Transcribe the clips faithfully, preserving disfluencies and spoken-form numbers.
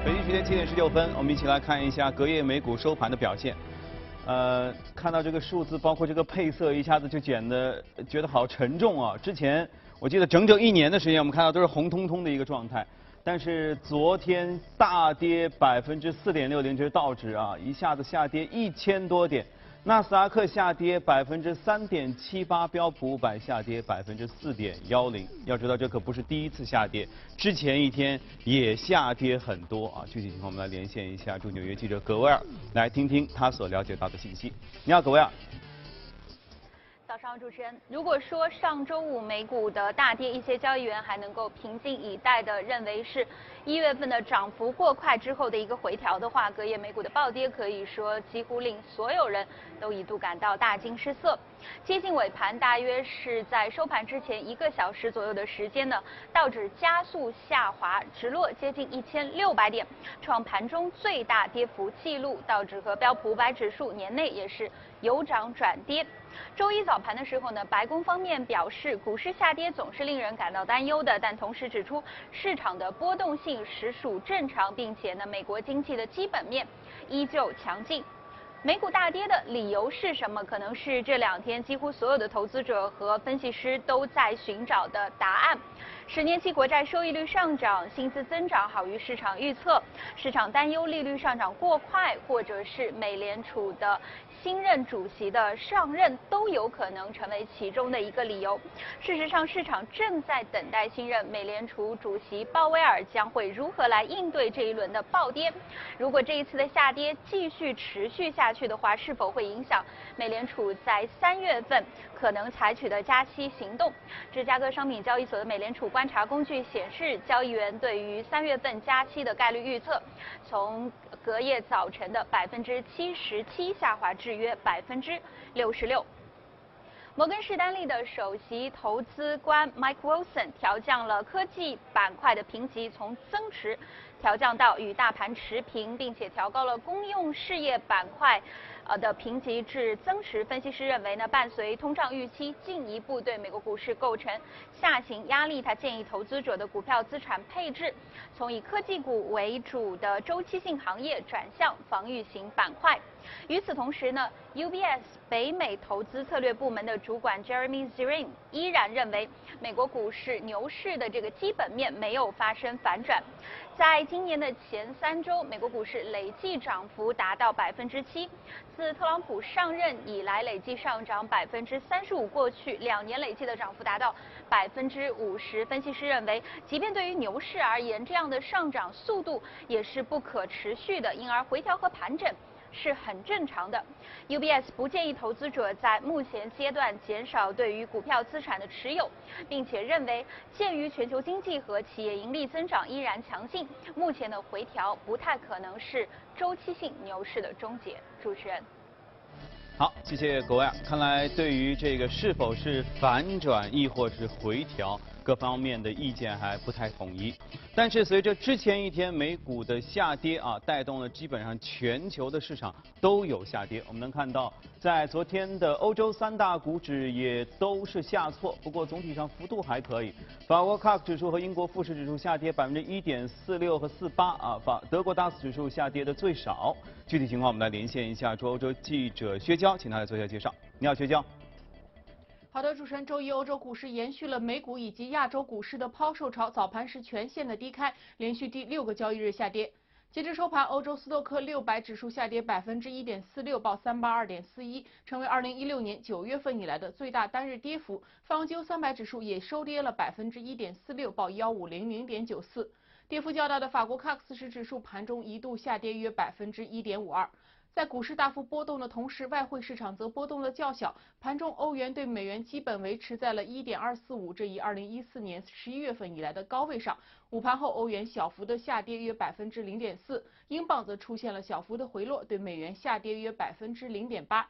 北京时间七点十九分，我们一起来看一下隔夜美股收盘的表现。呃，看到这个数字，包括这个配色，一下子就显得觉得好沉重啊。之前我记得整整一年的时间，我们看到都是红彤彤的一个状态。但是昨天大跌百分之四点六零，这是道指啊，一下子下跌一千多点。纳斯达克下跌百分之三点七八，标普五百下跌百分之四点幺零。要知道这可不是第一次下跌，之前一天也下跌很多啊。具体情况我们来连线一下驻纽约记者葛维尔，来听听他所了解到的信息。你好，葛维尔。 早上，主持人。如果说上周五美股的大跌，一些交易员还能够平静以待的认为是一月份的涨幅过快之后的一个回调的话，隔夜美股的暴跌可以说几乎令所有人都一度感到大惊失色。接近尾盘，大约是在收盘之前一个小时左右的时间呢，道指加速下滑，直落接近一千六百点，创盘中最大跌幅纪录。道指和标普五百指数年内也是由涨转跌。周一早盘的时候呢，白宫方面表示，股市下跌总是令人感到担忧的，但同时指出市场的波动性实属正常，并且呢，美国经济的基本面依旧强劲。美股大跌的理由是什么？可能是这两天几乎所有的投资者和分析师都在寻找的答案。十年期国债收益率上涨，薪资增长好于市场预测，市场担忧利率上涨过快，或者是美联储的新任主席的上任，都有可能成为其中的一个理由。事实上，市场正在等待新任美联储主席鲍威尔将会如何来应对这一轮的暴跌。如果这一次的下跌继续持续下去的话，是否会影响美联储在三月份可能采取的加息行动？芝加哥商品交易所的美联储观察工具显示，交易员对于三月份加息的概率预测，从隔夜早晨的百分之七十七下滑至约百分之六十六。摩根士丹利的首席投资官 Mike Wilson 调降了科技板块的评级，从增持调降到与大盘持平，并且调高了公用事业板块呃的评级至增持。分析师认为呢，伴随通胀预期进一步对美国股市构成下行压力，他建议投资者的股票资产配置从以科技股为主的周期性行业转向防御型板块。与此同时呢 ，U B S 北美投资策略部门的主管 Jeremy Zirin 依然认为，美国股市牛市的这个基本面没有发生反转。在今年的前三周，美国股市累计涨幅达到百分之七，自特朗普上任以来累计上涨百分之三十五，过去两年累计的涨幅达到百分之五十。分析师认为，即便对于牛市而言，这样的上涨速度也是不可持续的，因而回调和盘整是很正常的。U B S 不建议投资者在目前阶段减少对于股票资产的持有，并且认为，鉴于全球经济和企业盈利增长依然强劲，目前的回调不太可能是周期性牛市的终结。主持人。 好，谢谢葛维尔。看来对于这个是否是反转亦或是回调，各方面的意见还不太统一。但是随着之前一天美股的下跌啊，带动了基本上全球的市场都有下跌。我们能看到，在昨天的欧洲三大股指也都是下挫，不过总体上幅度还可以。法国 C A C 指数和英国富时指数下跌百分之一点四六和四八啊，法德国 D A X 指数下跌的最少。具体情况我们来连线一下驻欧洲记者薛娇，请他来做一下介绍。你好，薛娇。 好的，主持人，周一欧洲股市延续了美股以及亚洲股市的抛售潮，早盘时全线的低开，连续第六个交易日下跌。截至收盘，欧洲斯托克六百指数下跌百分之一点四六，报三八二点四一，成为二零一六年九月份以来的最大单日跌幅。方鸠三百指数也收跌了百分之一点四六，报幺五零零点九四。跌幅较大的法国 C A C 四十指数盘中一度下跌约百分之一点五二。在股市大幅波动的同时，外汇市场则波动的较小。盘中欧元对美元基本维持在了一点二四五这一二零一四年十一月份以来的高位上。午盘后，欧元小幅的下跌约百分之零点四，英镑则出现了小幅的回落，对美元下跌约百分之零点八。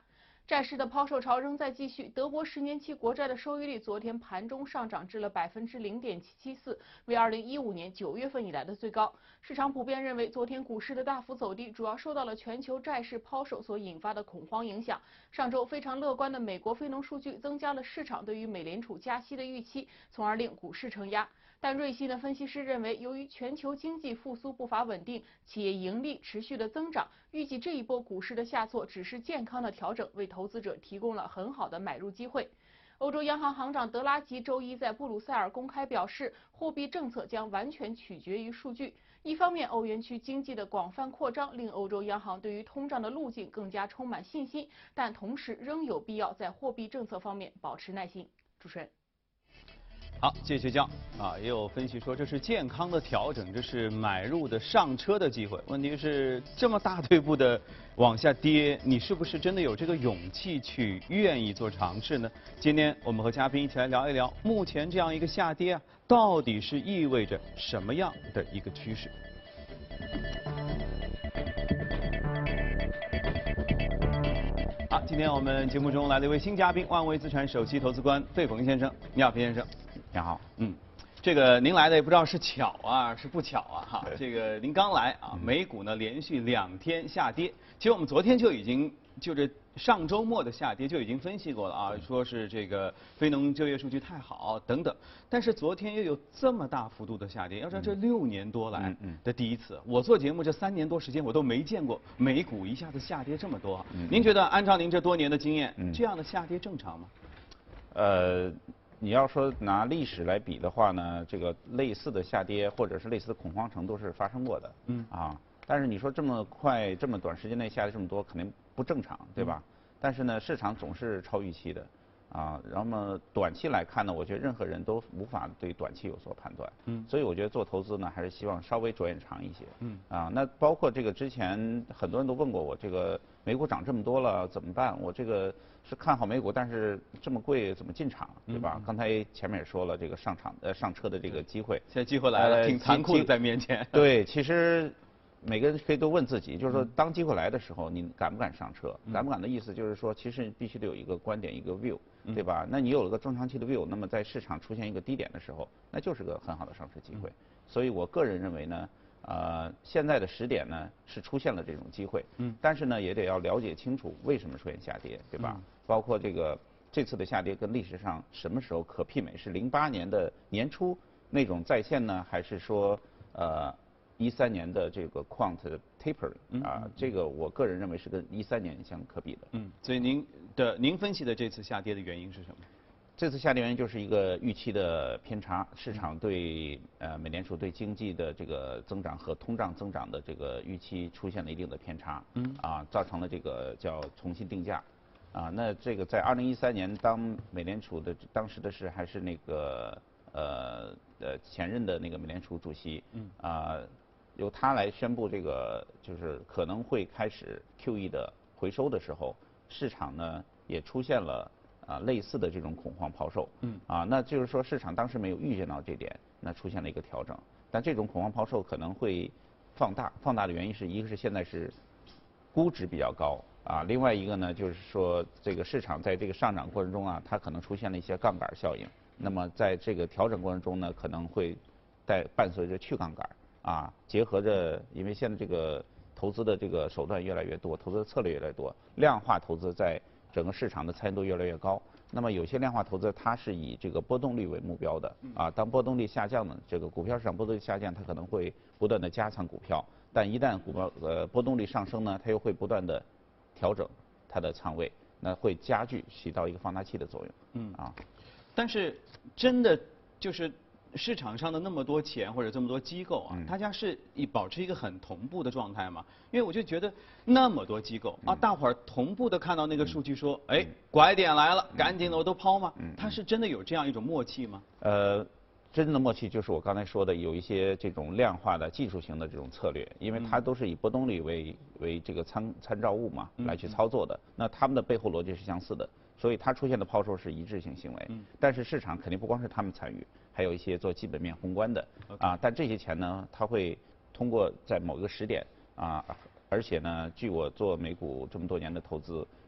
债市的抛售潮仍在继续，德国十年期国债的收益率昨天盘中上涨至了百分之零点七七四，为二零一五年九月份以来的最高。市场普遍认为，昨天股市的大幅走低，主要受到了全球债市抛售所引发的恐慌影响。上周非常乐观的美国非农数据增加了市场对于美联储加息的预期，从而令股市承压。但瑞信的分析师认为，由于全球经济复苏步伐稳定，企业盈利持续的增长，预计这一波股市的下挫只是健康的调整，为投资者提供了很好的买入机会。欧洲央行行长德拉吉周一在布鲁塞尔公开表示，货币政策将完全取决于数据。一方面，欧元区经济的广泛扩张令欧洲央行对于通胀的路径更加充满信心，但同时仍有必要在货币政策方面保持耐心。主持人。 好，谢谢教啊，也有分析说这是健康的调整，这是买入的上车的机会。问题是这么大退步的往下跌，你是不是真的有这个勇气去愿意做尝试呢？今天我们和嘉宾一起来聊一聊，目前这样一个下跌啊，到底是意味着什么样的一个趋势？好，今天我们节目中来了一位新嘉宾，万维资产首席投资官费鹏先生。你好，费先生。 你好， 嗯，这个您来的也不知道是巧啊是不巧啊哈，这个您刚来啊，美股呢连续两天下跌，其实我们昨天就已经就这上周末的下跌就已经分析过了啊，说是这个非农就业数据太好等等，但是昨天又有这么大幅度的下跌，要知道这六年多来的第一次，我做节目这三年多时间我都没见过美股一下子下跌这么多，您觉得按照您这多年的经验，这样的下跌正常吗？ 呃。你要说拿历史来比的话呢，这个类似的下跌或者是类似的恐慌程度是发生过的，嗯啊，但是你说这么快这么短时间内下跌这么多，肯定不正常，对吧？嗯、但是呢，市场总是超预期的，啊，然后短期来看呢，我觉得任何人都无法对短期有所判断，嗯，所以我觉得做投资呢，还是希望稍微着眼长一些，嗯啊，那包括这个之前很多人都问过我，这个美股涨这么多了怎么办？我这个。是看好美股，但是这么贵怎么进场，对吧？嗯、刚才前面也说了，这个上场呃上车的这个机会， 现在机会来了，呃、挺残酷的在面前。 对，其实每个人可以都问自己，就是说当机会来的时候，你敢不敢上车？嗯、敢不敢的意思就是说，其实必须得有一个观点，一个 view， 对吧？嗯、那你有了个中长期的 view， 那么在市场出现一个低点的时候，那就是个很好的上车机会。嗯、所以我个人认为呢。呃，现在的时点呢是出现了这种机会，嗯，但是呢也得要了解清楚为什么出现下跌，对吧？嗯、包括这个这次的下跌跟历史上什么时候可媲美？是零八年的年初那种再现呢，还是说呃一三年的这个 quant tapering 啊？嗯、这个我个人认为是跟一三年相可比的。 嗯，所以您的您分析的这次下跌的原因是什么？ 这次下跌原因就是一个预期的偏差，市场对呃美联储对经济的这个增长和通胀增长的这个预期出现了一定的偏差，嗯，啊，造成了这个叫重新定价，啊，那这个在二零一三年，当美联储的当时的是还是那个呃呃前任的那个美联储主席，嗯，啊，由他来宣布这个就是可能会开始 Q E 的回收的时候，市场呢也出现了。啊，类似的这种恐慌抛售，嗯，啊，那就是说市场当时没有预见到这点，那出现了一个调整。但这种恐慌抛售可能会放大，放大的原因是一个是现在是估值比较高啊，另外一个呢就是说这个市场在这个上涨过程中啊，它可能出现了一些杠杆效应。那么在这个调整过程中呢，可能会带伴随着去杠杆啊，结合着因为现在这个投资的这个手段越来越多，投资的策略越来越多，量化投资在。整个市场的参与度越来越高，那么有些量化投资它是以这个波动率为目标的啊，当波动率下降呢，这个股票市场波动率下降，它可能会不断的加仓股票，但一旦股票呃波动率上升呢，它又会不断的调整它的仓位，那会加剧起到一个放大器的作用。嗯啊， 但是真的就是。市场上的那么多钱或者这么多机构啊，大家是以保持一个很同步的状态嘛？因为我就觉得那么多机构啊，大伙儿同步的看到那个数据说，哎，拐点来了，赶紧的我都抛嘛。它是真的有这样一种默契吗？ 呃，真正的默契就是我刚才说的，有一些这种量化的技术型的这种策略，因为它都是以波动率为为这个参参照物嘛来去操作的，那他们的背后逻辑是相似的。所以它出现的抛售是一致性行为，嗯、但是市场肯定不光是他们参与，还有一些做基本面宏观的 okay. 啊。但这些钱呢，它会通过在某个时点啊，而且呢，据我做美股这么多年的投资，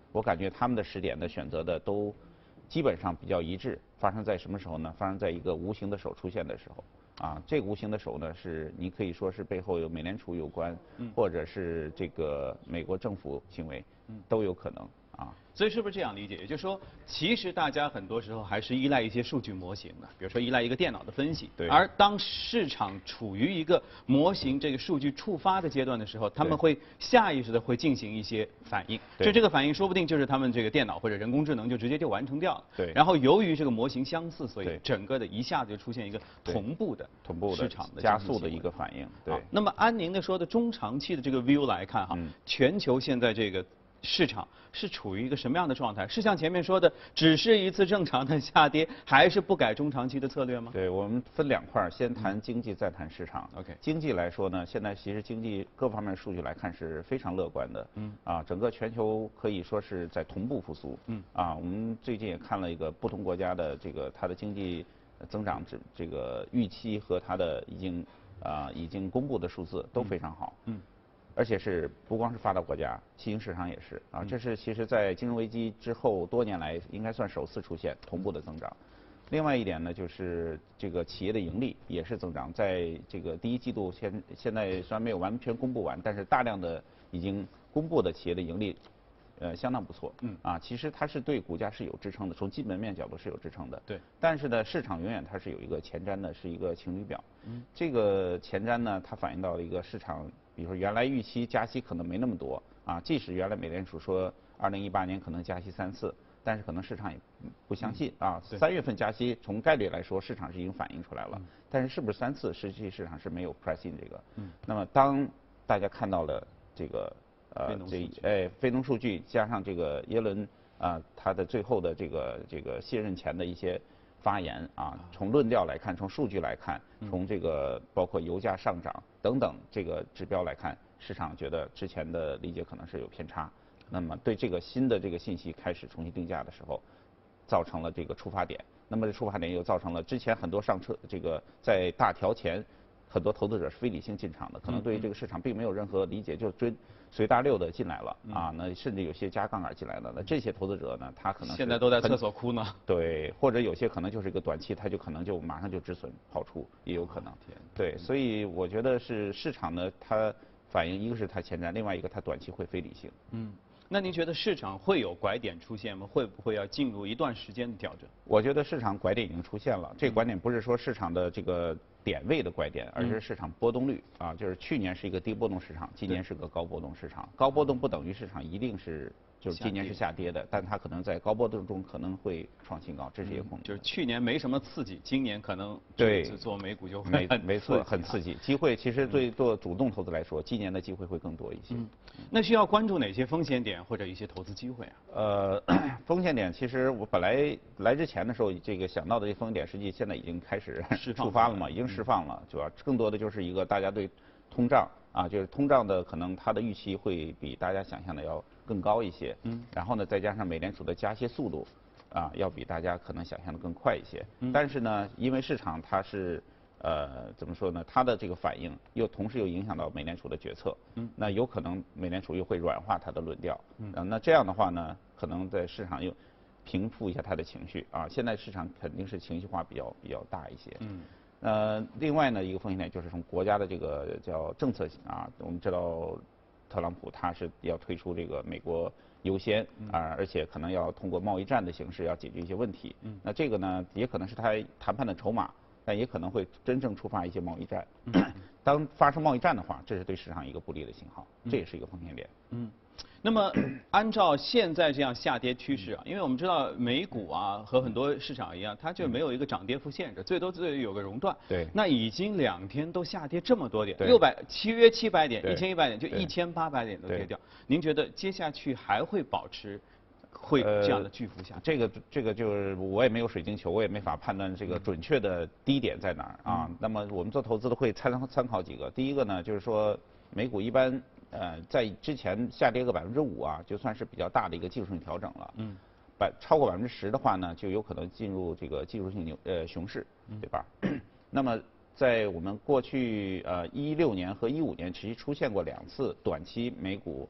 我感觉他们的时点的选择的都基本上比较一致，发生在什么时候呢？发生在一个无形的手出现的时候。啊，这个无形的手呢，是你可以说是背后有美联储有关，嗯、或者是这个美国政府行为，嗯、都有可能啊。 所以是不是这样理解？也就是说，其实大家很多时候还是依赖一些数据模型的，比如说依赖一个电脑的分析。 对。 而当市场处于一个模型这个数据触发的阶段的时候，他们会下意识的会进行一些反应。就这个反应，说不定就是他们这个电脑或者人工智能就直接就完成掉了。 对。 然后由于这个模型相似，所以整个的一下子就出现一个同步的同步的市场的加速的一个反应。对。 那么按您的说的中长期的这个 view 来看哈，嗯、全球现在这个市场是处于一个什么样的状态？是像前面说的，只是一次正常的下跌，还是不改中长期的策略吗？ 对，我们分两块，先谈经济，再谈市场。 OK， 经济来说呢，现在其实经济各方面数据来看是非常乐观的。嗯。啊，整个全球可以说是在同步复苏。嗯。啊，我们最近也看了一个不同国家的这个它的经济增长这这个预期和它的已经啊已经公布的数字都非常好。嗯。而且是不光是发达国家，新兴市场也是啊，这是其实在金融危机之后多年来应该算首次出现同步的增长。另外一点呢，就是这个企业的盈利也是增长，在这个第一季度现现在虽然没有完全公布完，但是大量的已经公布的企业的盈利，呃，相当不错。嗯。啊，其实它是对股价是有支撑的，从基本面角度是有支撑的。 对。 但是呢，市场永远它是有一个前瞻的，是一个晴雨表。嗯。这个前瞻呢，它反映到了一个市场。比如说原来预期加息可能没那么多啊，即使原来美联储说二零一八年可能加息三次，但是可能市场也不相信啊。三月份加息从概率来说，市场是已经反映出来了，但是是不是三次，实际市场是没有 price in 这个。嗯。那么当大家看到了这个呃这哎非农数据加上这个耶伦啊他的最后的这个这个卸任前的一些发言啊，从论调来看，从数据来看，从这个包括油价上涨等等这个指标来看，市场觉得之前的理解可能是有偏差。那么对这个新的这个信息开始重新定价的时候，造成了这个出发点。那么这出发点又造成了之前很多上车这个在大调前，很多投资者是非理性进场的，可能对于这个市场并没有任何理解，就追随大溜的进来了啊。那甚至有些加杠杆进来了，那这些投资者呢，他可能现在都在厕所哭呢。 对，或者有些可能就是一个短期，他就可能就马上就止损跑出，也有可能。对，所以我觉得是市场呢，它反映一个是它前瞻，另外一个它短期会非理性。 嗯。那您觉得市场会有拐点出现吗？会不会要进入一段时间的调整？ 我觉得市场拐点已经出现了。这个拐点不是说市场的这个点位的拐点，而是市场波动率啊，就是去年是一个低波动市场，今年是个高波动市场。高波动不等于市场一定是就是今年是下跌的，但它可能在高波动中可能会创新高，这是一个空间。 就是去年没什么刺激，今年可能对做美股就会没没错很刺激，机会其实对做主动投资来说，今年的机会会更多一些。 嗯，那需要关注哪些风险点或者一些投资机会啊？ 呃，风险点其实我本来来之前的时候，这个想到的这风险点，实际现在已经开始触发了嘛，已经释放了，主要更多的就是一个大家对通胀啊，就是通胀的可能它的预期会比大家想象的要更高一些。嗯。然后呢，再加上美联储的加息速度啊，要比大家可能想象的更快一些。嗯。但是呢，因为市场它是呃怎么说呢，它的这个反应又同时又影响到美联储的决策。嗯。那有可能美联储又会软化它的论调。嗯。啊，那这样的话呢，可能在市场又平复一下它的情绪啊。现在市场肯定是情绪化比较比较大一些。嗯。呃，另外呢，一个风险点就是从国家的这个叫政策啊，我们知道特朗普他是要推出这个美国优先啊，而且可能要通过贸易战的形式要解决一些问题。嗯。那这个呢，也可能是他谈判的筹码，但也可能会真正触发一些贸易战。嗯。当发生贸易战的话，这是对市场一个不利的信号，这也是一个风险点。 嗯。那么，按照现在这样下跌趋势啊，因为我们知道美股啊和很多市场一样，它就没有一个涨跌幅限制，最多最多有个熔断。 对。 那已经两天都下跌这么多点，六百七约七百点，一千一百点，就一千八百点都跌掉。您觉得接下去还会保持会这样的巨幅下跌？ 呃、这个这个就是我也没有水晶球，我也没法判断这个准确的低点在哪儿啊。嗯、那么我们做投资的会参参考几个，第一个呢就是说美股一般。呃，在之前下跌个百分之五啊，就算是比较大的一个技术性调整了。嗯。百超过百分之十的话呢，就有可能进入这个技术性牛呃熊市，对吧？嗯、那么在我们过去呃一六年和一五年，其实出现过两次短期美股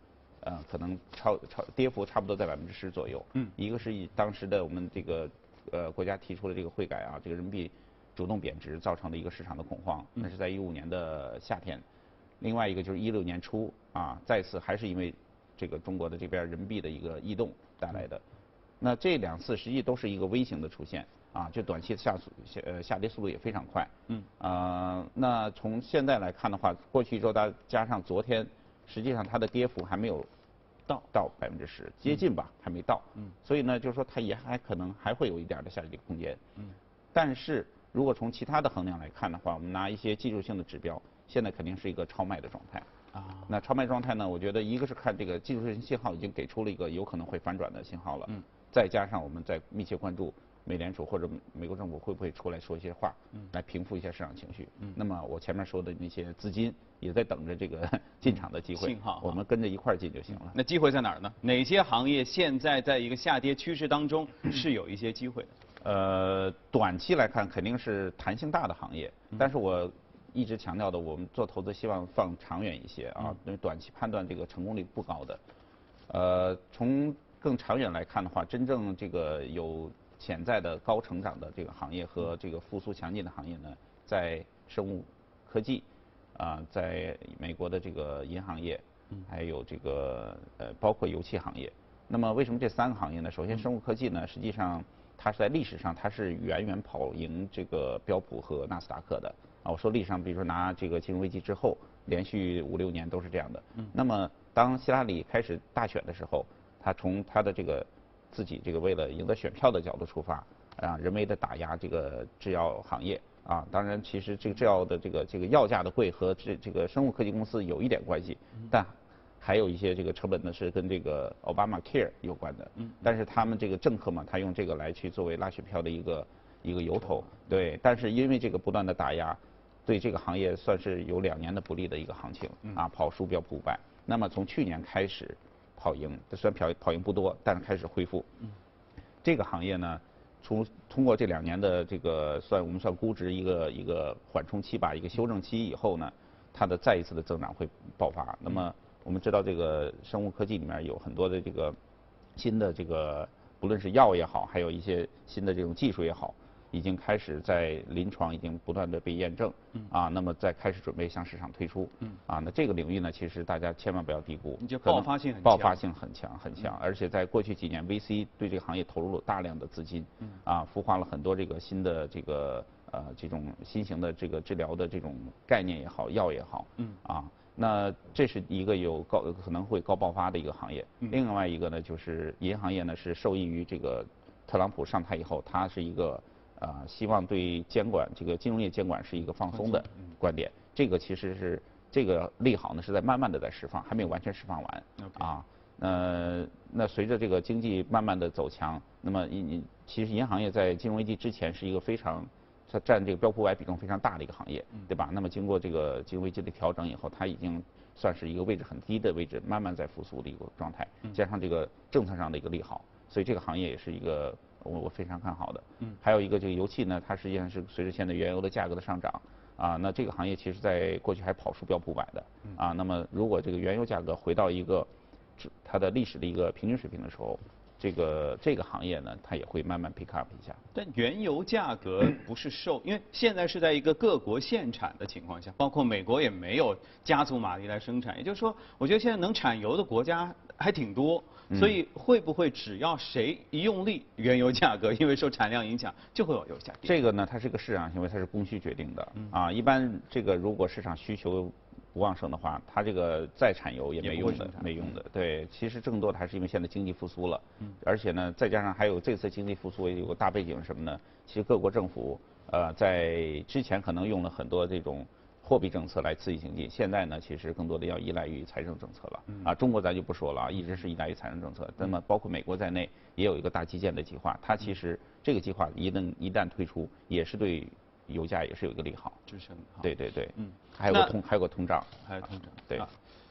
呃，可能超超跌幅差不多在百分之十左右。嗯，一个是以当时的我们这个呃国家提出的这个汇改啊，这个人民币主动贬值造成的一个市场的恐慌，那是在一五年的夏天。另外一个就是一六年初啊，再次还是因为这个中国的这边人民币的一个异动带来的。那这两次实际都是一个微型的出现啊，就短期下速下呃下跌速度也非常快。嗯。呃，那从现在来看的话，过去一周大加上昨天，实际上它的跌幅还没有到到百分之十，接近吧，还没到。嗯。所以呢，就是说它也还可能还会有一点的下跌空间。嗯。但是如果从其他的衡量来看的话，我们拿一些技术性的指标，现在肯定是一个超卖的状态。啊。那超卖状态呢，我觉得一个是看这个技术性信号已经给出了一个有可能会反转的信号了。嗯。再加上我们在密切关注美联储或者美国政府会不会出来说一些话，嗯，来平复一下市场情绪。嗯。那么我前面说的那些资金也在等着这个进场的机会，信号，我们跟着一块儿进就行了。 那机会在哪儿呢？哪些行业现在在一个下跌趋势当中是有一些机会的？ 呃，短期来看肯定是弹性大的行业，但是我一直强调的，我们做投资希望放长远一些啊，因为短期判断这个成功率不高的。呃，从更长远来看的话，真正这个有潜在的高成长的这个行业和这个复苏强劲的行业呢，在生物科技啊、呃，在美国的这个银行业，还有这个呃包括油气行业。那么为什么这三个行业呢？首先，生物科技呢，实际上它是在历史上它是远远跑赢这个标普和纳斯达克的啊。我说历史上，比如说拿这个金融危机之后，连续五六年都是这样的。嗯。那么当希拉里开始大选的时候，他从他的这个自己这个为了赢得选票的角度出发，啊，人为的打压这个制药行业啊。当然，其实这个制药的这个这个药价的贵和这这个生物科技公司有一点关系，但还有一些这个成本呢是跟这个奥巴马 care 有关的。嗯。但是他们这个政客嘛，他用这个来去作为拉选票的一个一个由头。对。但是因为这个不断的打压，对这个行业算是有两年的不利的一个行情啊，跑输标普五百。那么从去年开始跑赢，虽然跑跑赢不多，但是开始恢复。嗯。这个行业呢，从通过这两年的这个算我们算估值一个一个缓冲期吧，一个修正期以后呢，它的再一次的增长会爆发。那么我们知道这个生物科技里面有很多的这个新的这个，不论是药也好，还有一些新的这种技术也好，已经开始在临床已经不断的被验证。嗯。啊，那么再开始准备向市场推出。嗯。啊，那这个领域呢，其实大家千万不要低估。 你就爆发性很强。 爆发性很强很强，而且在过去几年 ，V C 对这个行业投入了大量的资金。嗯。啊，孵化了很多这个新的这个呃这种新型的这个治疗的这种概念也好，药也好。嗯。啊。那这是一个有高可能会高爆发的一个行业。嗯。另外一个呢，就是银行业呢是受益于这个特朗普上台以后，它是一个呃希望对监管这个金融业监管是一个放松的观点。这个其实是这个利好呢是在慢慢的在释放，还没有完全释放完。Okay. 啊，呃，那随着这个经济慢慢的走强，那么银其实银行业在金融危机之前是一个非常。它占这个标普五百比重非常大的一个行业，对吧？那么经过这个金融危机的调整以后，它已经算是一个位置很低的位置，慢慢在复苏的一个状态。加上这个政策上的一个利好，所以这个行业也是一个我我非常看好的。嗯。还有一个这个油气呢，它实际上是随着现在原油的价格的上涨啊，那这个行业其实在过去还跑输标普五百的啊。那么如果这个原油价格回到一个它的历史的一个平均水平的时候，这个这个行业呢，它也会慢慢 pick up 一下。 但原油价格不是受，因为现在是在一个各国限产的情况下，包括美国也没有加足马力来生产，也就是说，我觉得现在能产油的国家还挺多，所以会不会只要谁一用力，原油价格因为受产量影响就会有有下跌？ 这个呢，它是一个市场行为，它是供需决定的。嗯、啊，一般这个如果市场需求不旺盛的话，它这个再产油也没用的，没用的。对，其实更多的还是因为现在经济复苏了，嗯，而且呢，再加上还有这次经济复苏有个大背景是什么呢？其实各国政府呃在之前可能用了很多这种货币政策来刺激经济，现在呢，其实更多的要依赖于财政政策了。嗯、啊，中国咱就不说了啊，一直是依赖于财政政策。那么包括美国在内，也有一个大基建的计划，它其实这个计划一旦一旦推出，也是对油价也是有一个利好。 支撑。 对对对。嗯。还有个通，还有个通胀， 还有通胀， 对。 啊，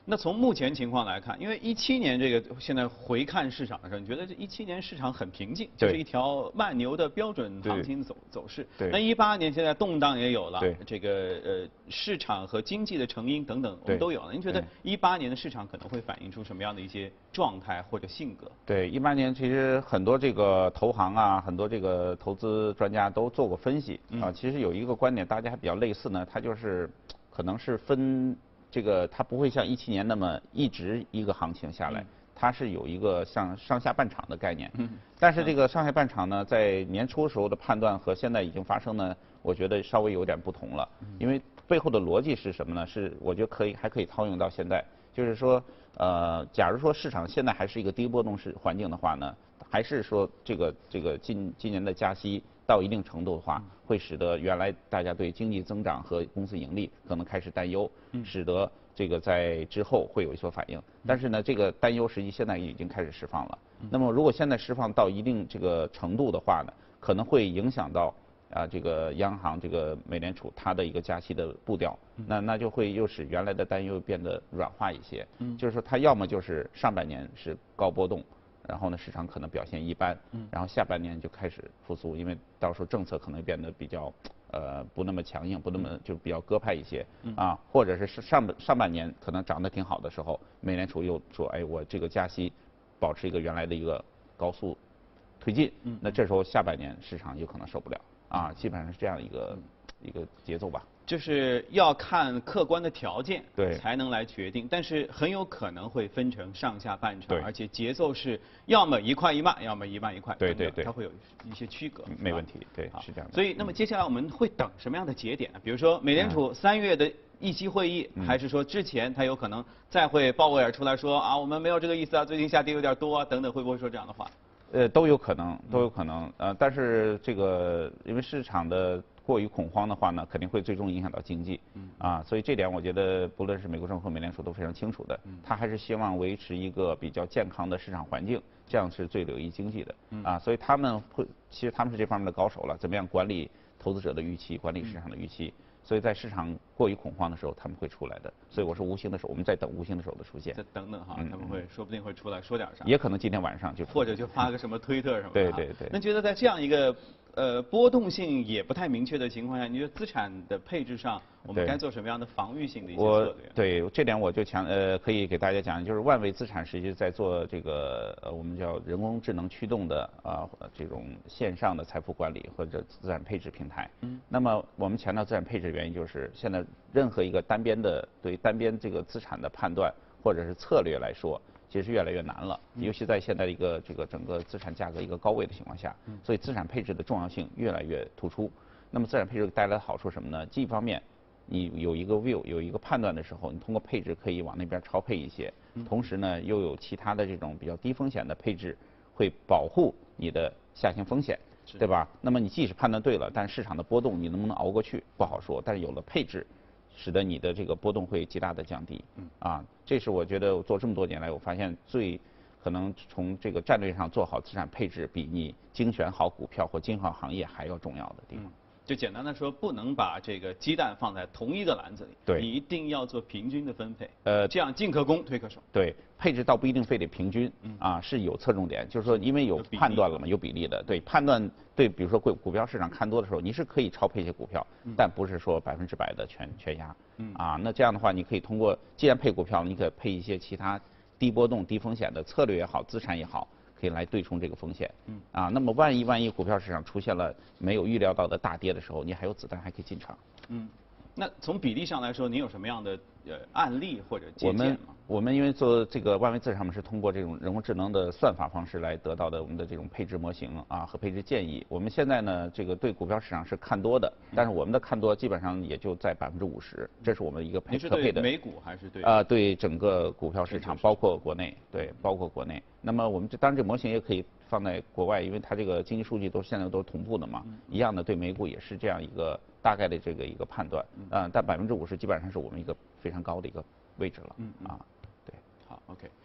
那从目前情况来看，因为一七年这个现在回看市场的时候，你觉得这一七年市场很平静，就是一条慢牛的标准行情走走势。 对。 那一八年现在动荡也有了， 对。 这个呃市场和经济的成因等等我们都有了。您觉得一八年的市场可能会反映出什么样的一些状态或者性格？ 对，一八年其实很多这个投行啊，很多这个投资专家都做过分析啊。其实有一个观点大家还比较类似呢，它就是可能是分。这个它不会像一七年那么一直一个行情下来，它是有一个像上下半场的概念。但是这个上下半场呢，在年初时候的判断和现在已经发生呢，我觉得稍微有点不同了。因为背后的逻辑是什么呢？是我觉得可以还可以套用到现在，就是说，呃，假如说市场现在还是一个低波动市环境的话呢，还是说这个这个今今年的加息到一定程度的话，会使得原来大家对经济增长和公司盈利可能开始担忧，使得这个在之后会有一所反应。但是呢，这个担忧实际现在已经开始释放了。那么如果现在释放到一定这个程度的话呢，可能会影响到啊这个央行这个美联储它的一个加息的步调，那那就会又使原来的担忧变得软化一些。就是说它要么就是上半年是高波动。然后呢，市场可能表现一般，然后下半年就开始复苏，因为到时候政策可能变得比较呃不那么强硬，不那么就比较鸽派一些啊，或者是上半上半年可能涨得挺好的时候，美联储又说，哎，我这个加息保持一个原来的一个高速推进，那这时候下半年市场有可能受不了啊，基本上是这样一个一个节奏吧。 就是要看客观的条件， 对， 才能来决定。但是很有可能会分成上下半场， 对， 而且节奏是要么一快一慢，要么一慢一快， 对对对， 它会有一些区隔。 没问题，对，是这样的。 所以，那么接下来我们会等什么样的节点呢？比如说美联储三月的议息会议， 嗯、 还是说之前它有可能再会鲍威尔出来说啊，我们没有这个意思啊，最近下跌有点多啊，等等，会不会说这样的话？ 呃，都有可能，都有可能。呃，但是这个因为市场的过于恐慌的话呢，肯定会最终影响到经济。嗯。啊，所以这点我觉得不论是美国政府和美联储都非常清楚的。嗯。他还是希望维持一个比较健康的市场环境，这样是最有益经济的。嗯。啊，所以他们会，其实他们是这方面的高手了，怎么样管理投资者的预期，管理市场的预期。嗯。所以在市场过于恐慌的时候，他们会出来的。所以我说无形的手，我们在等无形的手的出现。 再等等哈，他们会说不定会出来说点啥。 也可能今天晚上就。 或者就发个什么推特什么的。 对对对。 那觉得在这样一个呃波动性也不太明确的情况下，你觉得资产的配置上，我们该做什么样的防御性的一些策略？ 对这点我就强呃可以给大家讲，就是万维资产实际在做这个呃我们叫人工智能驱动的啊、呃、这种线上的财富管理或者资产配置平台。嗯。那么我们强调资产配置的原因就是现在任何一个单边的对单边这个资产的判断或者是策略来说，其实越来越难了，尤其在现在的一个这个整个资产价格一个高位的情况下，所以资产配置的重要性越来越突出。那么资产配置带来的好处什么呢？既一方面你有一个 view 有一个判断的时候，你通过配置可以往那边超配一些，同时呢又有其他的这种比较低风险的配置，会保护你的下行风险，对吧？那么你即使判断对了，但市场的波动你能不能熬过去不好说，但是有了配置，使得你的这个波动会极大的降低。嗯。啊，这是我觉得我做这么多年来，我发现最可能从这个战略上做好资产配置，比你精选好股票或精选好行业还要重要的地方。嗯。 就简单的说，不能把这个鸡蛋放在同一个篮子里， 对， 你一定要做平均的分配， 呃， 这样进可攻，退可守。 对，配置倒不一定非得平均，嗯、啊，是有侧重点，就是说因为有判断了嘛，有比例的，对，判断对，比如说股股票市场看多的时候，你是可以超配一些股票，嗯、但不是说百分之百的全全压，嗯，啊，那这样的话，你可以通过既然配股票，你可以配一些其他低波动、低风险的策略也好，资产也好。可以来对冲这个风险，嗯啊，那么万一万一股票市场出现了没有预料到的大跌的时候，你还有子弹还可以进场。 嗯，那从比例上来说，您有什么样的呃案例或者借鉴吗？ 我们我们因为做这个万维资产，我们是通过这种人工智能的算法方式来得到的我们的这种配置模型啊和配置建议。我们现在呢，这个对股票市场是看多的，但是我们的看多基本上也就在百分之五十，这是我们一个配可配的。 美股还是对？ 啊、呃，对整个股票市场，包括国内，对，包括国内。那么我们这当然这模型也可以放在国外，因为它这个经济数据都现在都是同步的嘛，嗯、一样的对美股也是这样一个大概的这个一个判断，嗯、呃，但百分之五十基本上是我们一个非常高的一个位置了，嗯啊，对， 好 ，OK。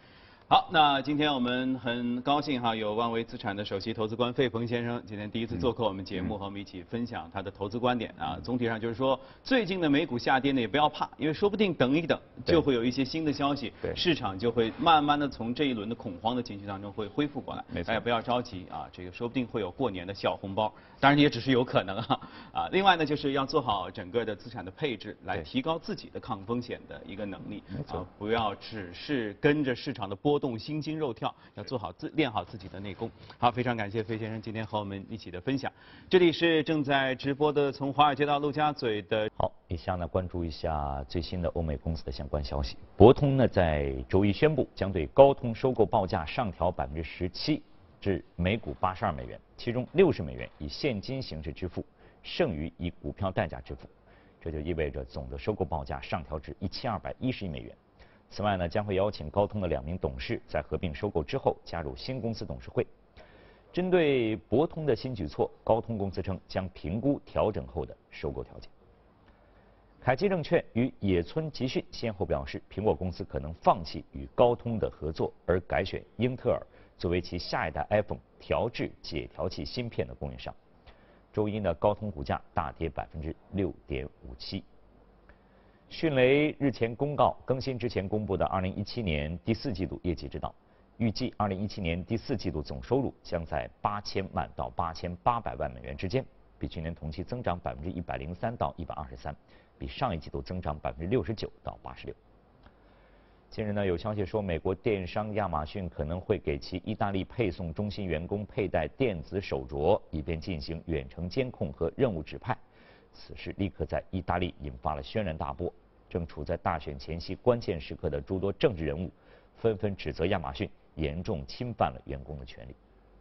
好，那今天我们很高兴哈，有万维资产的首席投资官费鹏先生今天第一次做客我们节目，和我们一起分享他的投资观点啊。总体上就是说，最近的美股下跌呢也不要怕，因为说不定等一等就会有一些新的消息，市场就会慢慢的从这一轮的恐慌的情绪当中会恢复过来。大家不要着急啊，这个说不定会有过年的小红包，当然也只是有可能啊。啊，另外呢就是要做好整个的资产的配置，来提高自己的抗风险的一个能力啊，不要只是跟着市场的波动心惊肉跳，要做好自练好自己的内功。好，非常感谢费先生今天和我们一起的分享。这里是正在直播的从华尔街到陆家嘴的。 好，以下呢关注一下最新的欧美公司的相关消息。博通呢在周一宣布将对高通收购报价上调百分之十七至每股八十二美元，其中六十美元以现金形式支付，剩余以股票代价支付。这就意味着总的收购报价上调至一千二百一十亿美元。此外呢，将会邀请高通的两名董事在合并收购之后加入新公司董事会。针对博通的新举措，高通公司称将评估调整后的收购条件。凯基证券与野村集讯先后表示，苹果公司可能放弃与高通的合作，而改选英特尔作为其下一代 iPhone 调制解调器芯片的供应商。周一呢，高通股价大跌百分之六点五七。迅雷日前公告更新之前公布的二零一七年第四季度业绩指导，预计二零一七年第四季度总收入将在八千万到八千八百万美元之间，比去年同期增长百分之一百零三到一百二十三，比上一季度增长百分之六十九到八十六。近日呢，有消息说，美国电商亚马逊可能会给其意大利配送中心员工佩戴电子手镯，以便进行远程监控和任务指派。此事立刻在意大利引发了轩然大波。正处在大选前夕关键时刻的诸多政治人物，纷纷指责亚马逊严重侵犯了员工的权利。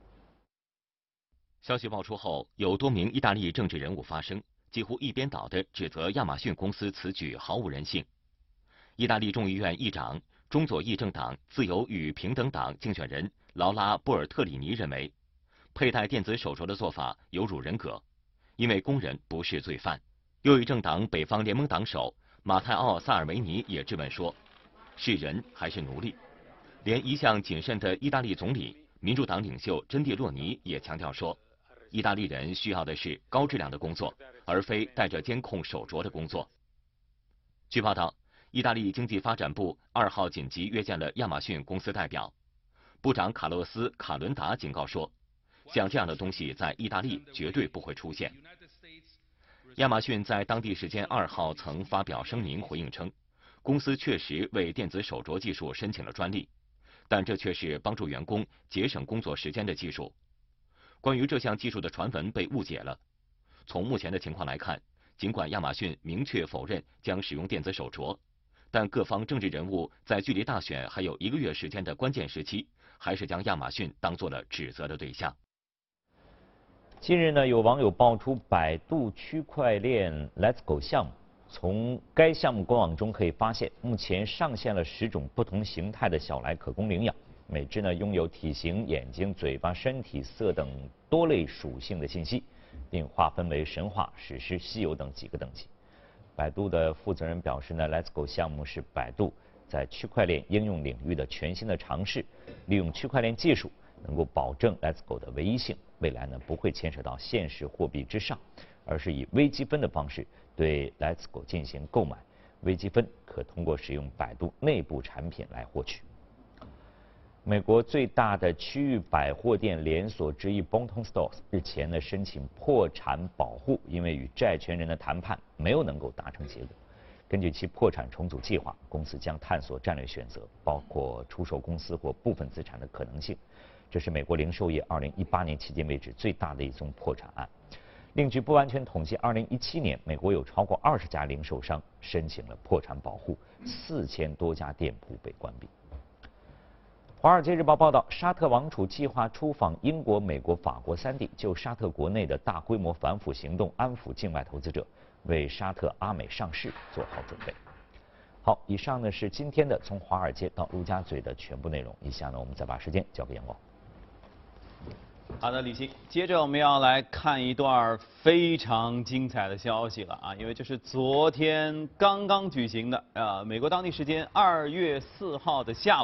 消息爆出后，有多名意大利政治人物发声，几乎一边倒地指责亚马逊公司此举毫无人性。意大利众议院议长、中左翼政党自由与平等党竞选人劳拉·波尔特里尼认为，佩戴电子手镯的做法有辱人格，因为工人不是罪犯。右翼政党北方联盟党首马泰奥·萨尔维尼也质问说，是人还是奴隶？连一向谨慎的意大利总理、民主党领袖珍蒂洛尼也强调说，意大利人需要的是高质量的工作，而非带着监控手镯的工作。据报道，意大利经济发展部二号紧急约见了亚马逊公司代表，部长卡洛斯·卡伦达警告说，像这样的东西在意大利绝对不会出现。亚马逊在当地时间二号曾发表声明回应称，公司确实为电子手镯技术申请了专利，但这却是帮助员工节省工作时间的技术。关于这项技术的传闻被误解了。从目前的情况来看，尽管亚马逊明确否认将使用电子手镯，但各方政治人物在距离大选还有一个月时间的关键时期，还是将亚马逊当作了指责的对象。 近日呢，有网友爆出百度区块链 Let's Go 项目。从该项目官网中可以发现，目前上线了十种不同形态的小来可供领养，每只呢拥有体型、眼睛、嘴巴、身体色等多类属性的信息，并划分为神话、史诗、稀有等几个等级。百度的负责人表示呢 ，Let's Go 项目是百度在区块链应用领域的全新的尝试，利用区块链技术能够保证 Let's Go 的唯一性。未来呢不会牵扯到现实货币之上，而是以微积分的方式对 Let's Go 进行购买，微积分可通过使用百度内部产品来获取。美国最大的区域百货店连锁之一 Bon-Ton Stores 日前呢申请破产保护，因为与债权人的谈判没有能够达成结果。根据其破产重组计划，公司将探索战略选择，包括出售公司或部分资产的可能性。这是美国零售业二零一八年迄今为止最大的一宗破产案。另据不完全统计，二零一七年美国有超过二十家零售商申请了破产保护，四千多家店铺被关闭。《华尔街日报》报道，沙特王储计划出访英国、美国、法国三地，就沙特国内的大规模反腐行动安抚境外投资者，为沙特阿美上市做好准备。好，以上呢是今天的从华尔街到陆家嘴的全部内容。以下呢，我们再把时间交给阳光。 好的，李欣，接着我们要来看一段非常精彩的消息了啊，因为这是昨天刚刚举行的，呃，美国当地时间二月四号的下午，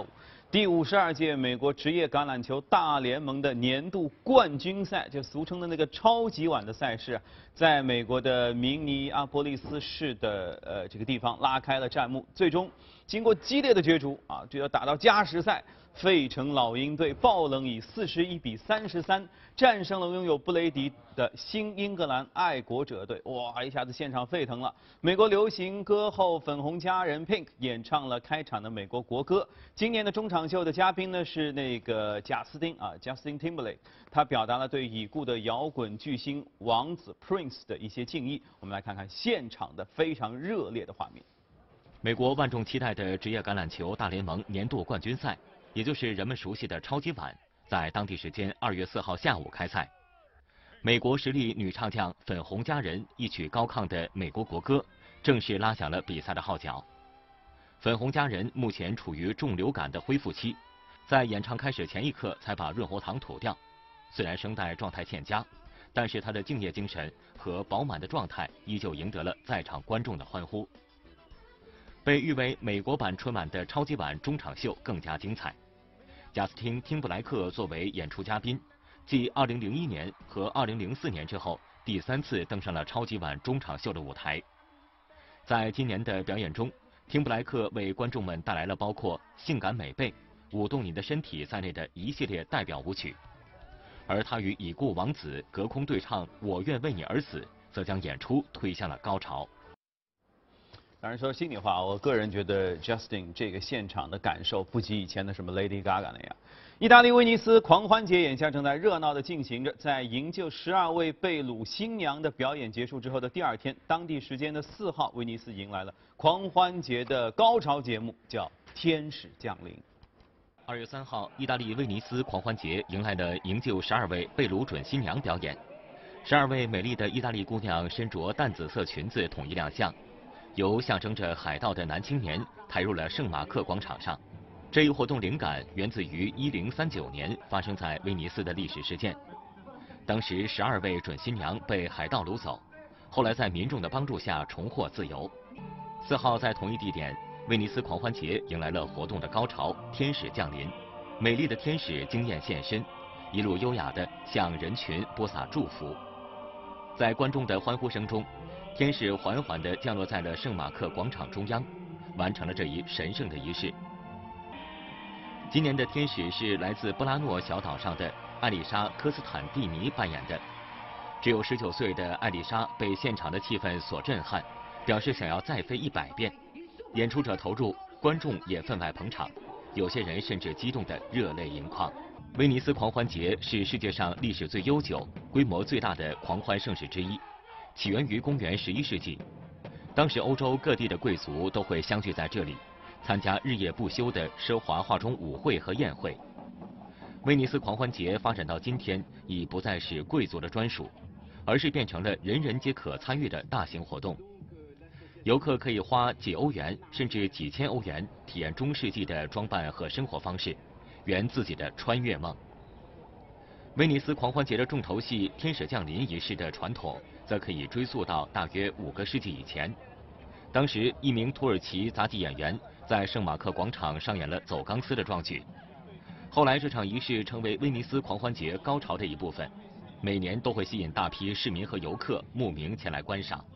第五十二届美国职业橄榄球大联盟的年度冠军赛，就俗称的那个超级碗的赛事，在美国的明尼阿波利斯市的呃这个地方拉开了战幕。最终经过激烈的角逐啊，就要打到加时赛，费城老鹰队爆冷以四十一比三十三战胜了拥有布雷迪的新英格兰爱国者队。哇，一下子现场沸腾了！美国流行歌后粉红佳人 Pink 演唱了开场的美国国歌。今年的中场秀的嘉宾呢是那个贾斯汀啊 ，Justin Timberlake， 他表达了对已故的摇滚巨星王子 Prince 的一些敬意。我们来看看现场的非常热烈的画面。 美国万众期待的职业橄榄球大联盟年度冠军赛，也就是人们熟悉的超级碗，在当地时间二月四号下午开赛。美国实力女唱将粉红佳人一曲高亢的美国国歌，正式拉响了比赛的号角。粉红佳人目前处于重流感的恢复期，在演唱开始前一刻才把润喉糖吐掉。虽然声带状态欠佳，但是她的敬业精神和饱满的状态依旧赢得了在场观众的欢呼。被誉为美国版春晚的超级碗中场秀更加精彩。贾斯汀·汀布莱克作为演出嘉宾，继二零零一年和二零零四年之后，第三次登上了超级碗中场秀的舞台。在今年的表演中，汀布莱克为观众们带来了包括《性感美背》《舞动你的身体》在内的一系列代表舞曲，而他与已故王子隔空对唱《我愿为你而死》，则将演出推向了高潮。 当然说心里话，我个人觉得 Justin 这个现场的感受不及以前的什么 Lady Gaga 那样。意大利威尼斯狂欢节眼下正在热闹的进行着，在营救十二位被掳新娘的表演结束之后的第二天，当地时间的四号，威尼斯迎来了狂欢节的高潮节目，叫天使降临。 二月三号，意大利威尼斯狂欢节迎来了营救十二位被掳准新娘表演。十二位美丽的意大利姑娘身着淡紫色裙子统一亮相。由象征着海盗的男青年抬入了圣马克广场上。这一活动灵感源自于一零三九年发生在威尼斯的历史事件。当时十二位准新娘被海盗掳走，后来在民众的帮助下重获自由。四号在同一地点，威尼斯狂欢节迎来了活动的高潮，天使降临。美丽的天使惊艳现身，一路优雅地向人群播撒祝福。在观众的欢呼声中，天使缓缓地降落在了圣马克广场中央，完成了这一神圣的仪式。今年的天使是来自波拉诺小岛上的艾丽莎·科斯坦蒂尼扮演的。只有十九岁的艾丽莎被现场的气氛所震撼，表示想要再飞一百遍。演出者投入，观众也分外捧场，有些人甚至激动得热泪盈眶。威尼斯狂欢节是世界上历史最悠久、规模最大的狂欢盛事之一。起源于公元十一世纪，当时欧洲各地的贵族都会相聚在这里，参加日夜不休的奢华化妆舞会和宴会。威尼斯狂欢节发展到今天，已不再是贵族的专属，而是变成了人人皆可参与的大型活动。游客可以花几欧元甚至几千欧元体验中世纪的装扮和生活方式，圆自己的穿越梦。威尼斯狂欢节的重头戏天使降临仪式的传统，则可以追溯到大约五个世纪以前。当时，一名土耳其杂技演员在圣马克广场上演了走钢丝的壮举。后来，这场仪式成为威尼斯狂欢节高潮的一部分，每年都会吸引大批市民和游客慕名前来观赏。